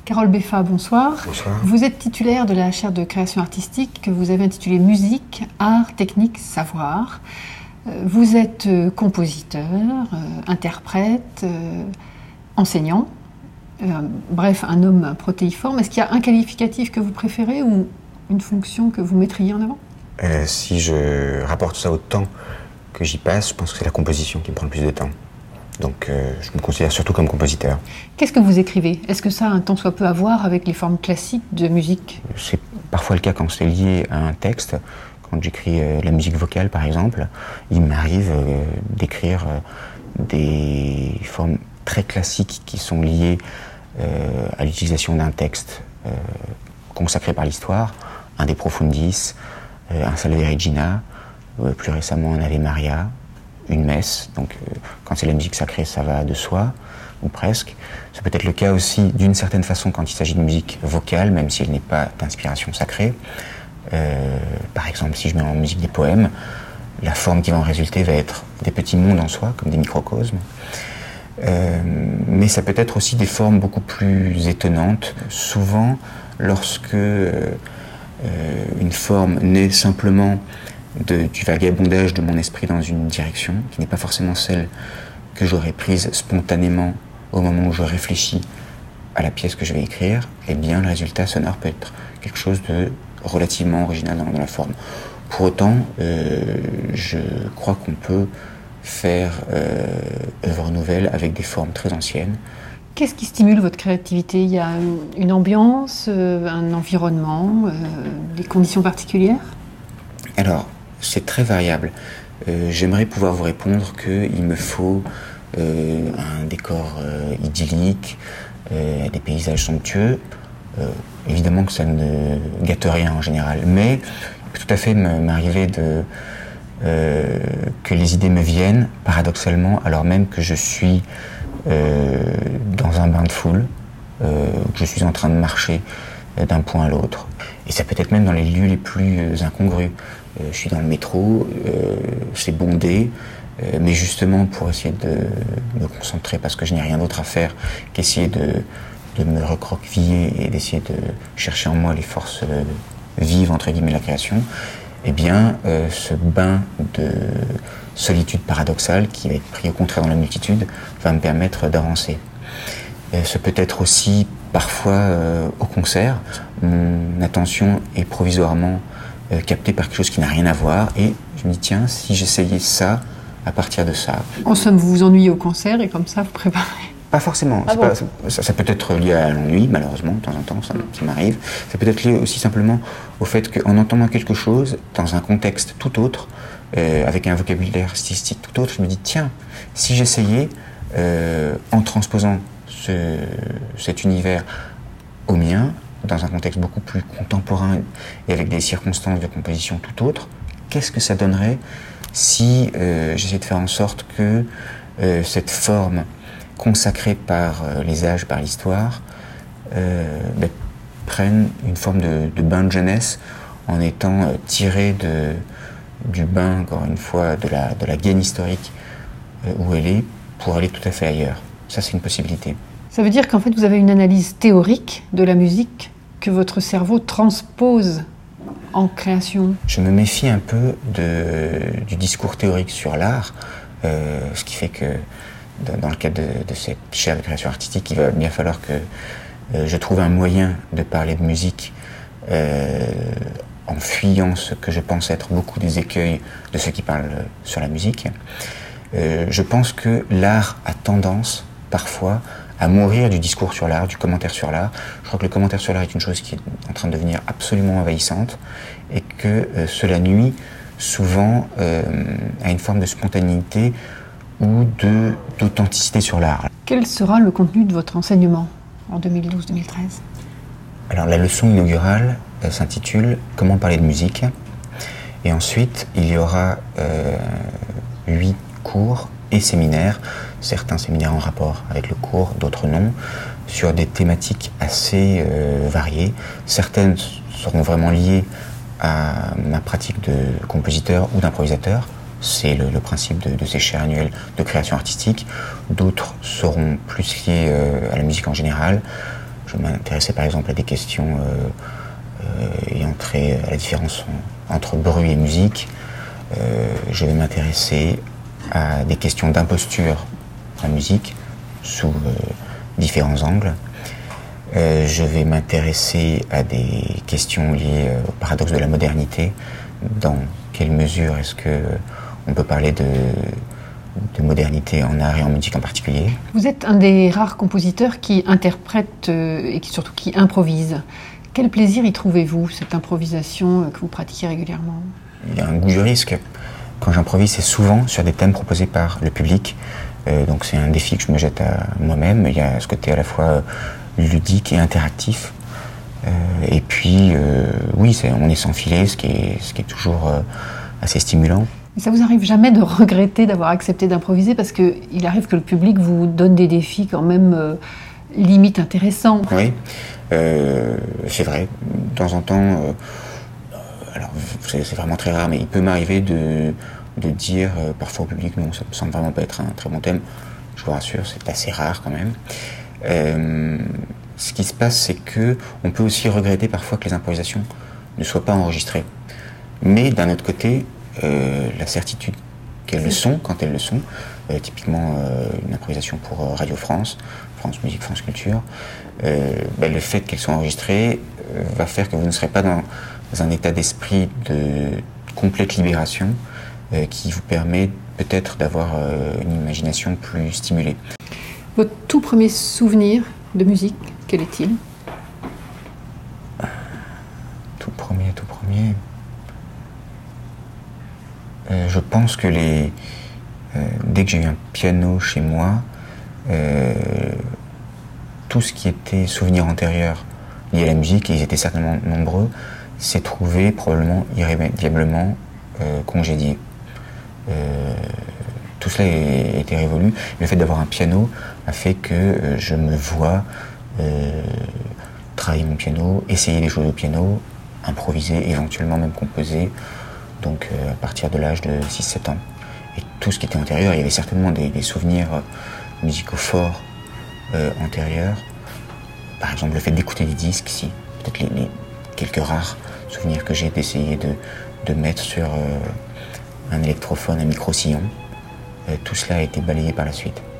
Carole Beffa, bonsoir. Bonsoir. Vous êtes titulaire de la chaire de création artistique que vous avez intitulée Musique, Art, Technique, Savoir. Vous êtes compositeur, interprète, enseignant, bref, un homme protéiforme. Est-ce qu'il y a un qualificatif que vous préférez ou une fonction que vous mettriez en avant ? Si je rapporte ça au temps que j'y passe, je pense que c'est la composition qui me prend le plus de temps. Donc je me considère surtout comme compositeur. Qu'est-ce que vous écrivez ? Est-ce que ça a un tant soit peu à voir avec les formes classiques de musique ? C'est parfois le cas quand c'est lié à un texte. Quand j'écris la musique vocale, par exemple, il m'arrive d'écrire des formes très classiques qui sont liées à l'utilisation d'un texte consacré par l'histoire, un De Profundis, un Salve Regina, plus récemment un Ave Maria, une messe. Donc quand c'est la musique sacrée, ça va de soi, ou presque. Ça peut être le cas aussi d'une certaine façon quand il s'agit de musique vocale, même si elle n'est pas d'inspiration sacrée. Par exemple, si je mets en musique des poèmes, la forme qui va en résulter va être des petits mondes en soi, comme des microcosmes. Mais ça peut être aussi des formes beaucoup plus étonnantes. Souvent, lorsque une forme naît simplement du vagabondage de mon esprit dans une direction, qui n'est pas forcément celle que j'aurais prise spontanément au moment où je réfléchis à la pièce que je vais écrire, eh bien le résultat sonore peut être quelque chose de relativement original dans la forme. Pour autant, je crois qu'on peut faire œuvre nouvelle avec des formes très anciennes. Qu'est-ce qui stimule votre créativité ? Il y a une ambiance, un environnement, des conditions particulières ? Alors, c'est très variable. J'aimerais pouvoir vous répondre qu'il me faut un décor idyllique, des paysages somptueux. Évidemment que ça ne gâte rien en général, mais il peut tout à fait m'arriver que les idées me viennent, paradoxalement, alors même que je suis dans un bain de foule, que je suis en train de marcher d'un point à l'autre. Et ça peut être même dans les lieux les plus incongrus. Je suis dans le métro, c'est bondé, mais justement pour essayer de me concentrer parce que je n'ai rien d'autre à faire qu'essayer de me recroqueviller et d'essayer de chercher en moi les forces vives, entre guillemets, de la création, eh bien, ce bain de solitude paradoxale qui va être pris au contraire dans la multitude va me permettre d'avancer. Ce peut être aussi parfois au concert, mon attention est provisoirement captée par quelque chose qui n'a rien à voir et je me dis tiens, si j'essayais ça à partir de ça. En somme, vous vous ennuyez au concert et comme ça vous préparez ? Pas forcément. Ça peut être lié à l'ennui, malheureusement, de temps en temps, ça m'arrive. Ça peut être lié aussi simplement au fait qu'en entendant quelque chose, dans un contexte tout autre, avec un vocabulaire stylistique tout autre, je me dis, tiens, si j'essayais, en transposant cet univers au mien, dans un contexte beaucoup plus contemporain et avec des circonstances de composition tout autres, qu'est-ce que ça donnerait si j'essayais de faire en sorte que cette forme consacrée par les âges, par l'histoire, prennent une forme de bain de jeunesse en étant tirée du bain, encore une fois, de la gaine historique où elle est, pour aller tout à fait ailleurs. Ça, c'est une possibilité. Ça veut dire qu'en fait, vous avez une analyse théorique de la musique que votre cerveau transpose en création. Je me méfie un peu du discours théorique sur l'art, ce qui fait que dans le cadre de cette chaire de création artistique, il va bien falloir que je trouve un moyen de parler de musique en fuyant ce que je pense être beaucoup des écueils de ceux qui parlent sur la musique. Je pense que l'art a tendance, parfois, à mourir du discours sur l'art, du commentaire sur l'art. Je crois que le commentaire sur l'art est une chose qui est en train de devenir absolument envahissante et que cela nuit souvent à une forme de spontanéité ou d'authenticité sur l'art. Quel sera le contenu de votre enseignement en 2012-2013 ? Alors la leçon inaugurale s'intitule « Comment parler de musique ?» et ensuite il y aura 8 cours et séminaires, certains séminaires en rapport avec le cours, d'autres non, sur des thématiques assez variées. Certaines seront vraiment liées à ma pratique de compositeur ou d'improvisateur. C'est le principe de ces chaires annuelles de création artistique. D'autres seront plus liées à la musique en général. Je je m'intéressais par exemple à des questions ayant trait à la différence entre bruit et musique. Je vais m'intéresser à des questions d'imposture en musique sous différents angles. Je vais m'intéresser à des questions liées au paradoxe de la modernité. Dans quelle mesure est-ce qu'on peut parler de modernité en art et en musique en particulier? Vous êtes un des rares compositeurs qui interprète et surtout qui improvise. Quel plaisir y trouvez-vous, cette improvisation que vous pratiquez régulièrement? Il y a un goût du risque. Quand j'improvise, c'est souvent sur des thèmes proposés par le public. Donc c'est un défi que je me jette à moi-même. Il y a ce côté à la fois ludique et interactif. Et puis, oui, on est sans filet, ce qui est toujours assez stimulant. Et ça vous arrive jamais de regretter d'avoir accepté d'improviser, parce qu'il arrive que le public vous donne des défis quand même limite intéressants. Oui, c'est vrai. De temps en temps, alors c'est vraiment très rare, mais il peut m'arriver de dire parfois au public non, ça me semble vraiment pas être un très bon thème. Je vous rassure, c'est assez rare quand même. Ce qui se passe, c'est que on peut aussi regretter parfois que les improvisations ne soient pas enregistrées. Mais d'un autre côté, la certitude qu'elles le sont, quand elles le sont, typiquement une improvisation pour Radio France, France Musique, France Culture, le fait qu'elles soient enregistrées va faire que vous ne serez pas dans un état d'esprit de complète libération qui vous permet peut-être d'avoir une imagination plus stimulée. Votre tout premier souvenir de musique, quel est-il? Tout premier. Je pense que dès que j'ai eu un piano chez moi, tout ce qui était souvenir antérieur lié à la musique, et ils étaient certainement nombreux, s'est trouvé probablement irrémédiablement congédié. Tout cela a été révolu. Le fait d'avoir un piano a fait que je me vois travailler mon piano, essayer des choses au piano, improviser, éventuellement même composer, donc à partir de l'âge de 6-7 ans. Et tout ce qui était antérieur, il y avait certainement des souvenirs musicaux forts antérieurs. Par exemple, le fait d'écouter des disques, si peut-être les quelques rares souvenirs que j'ai d'essayer de mettre sur un électrophone, un micro-sillon, tout cela a été balayé par la suite.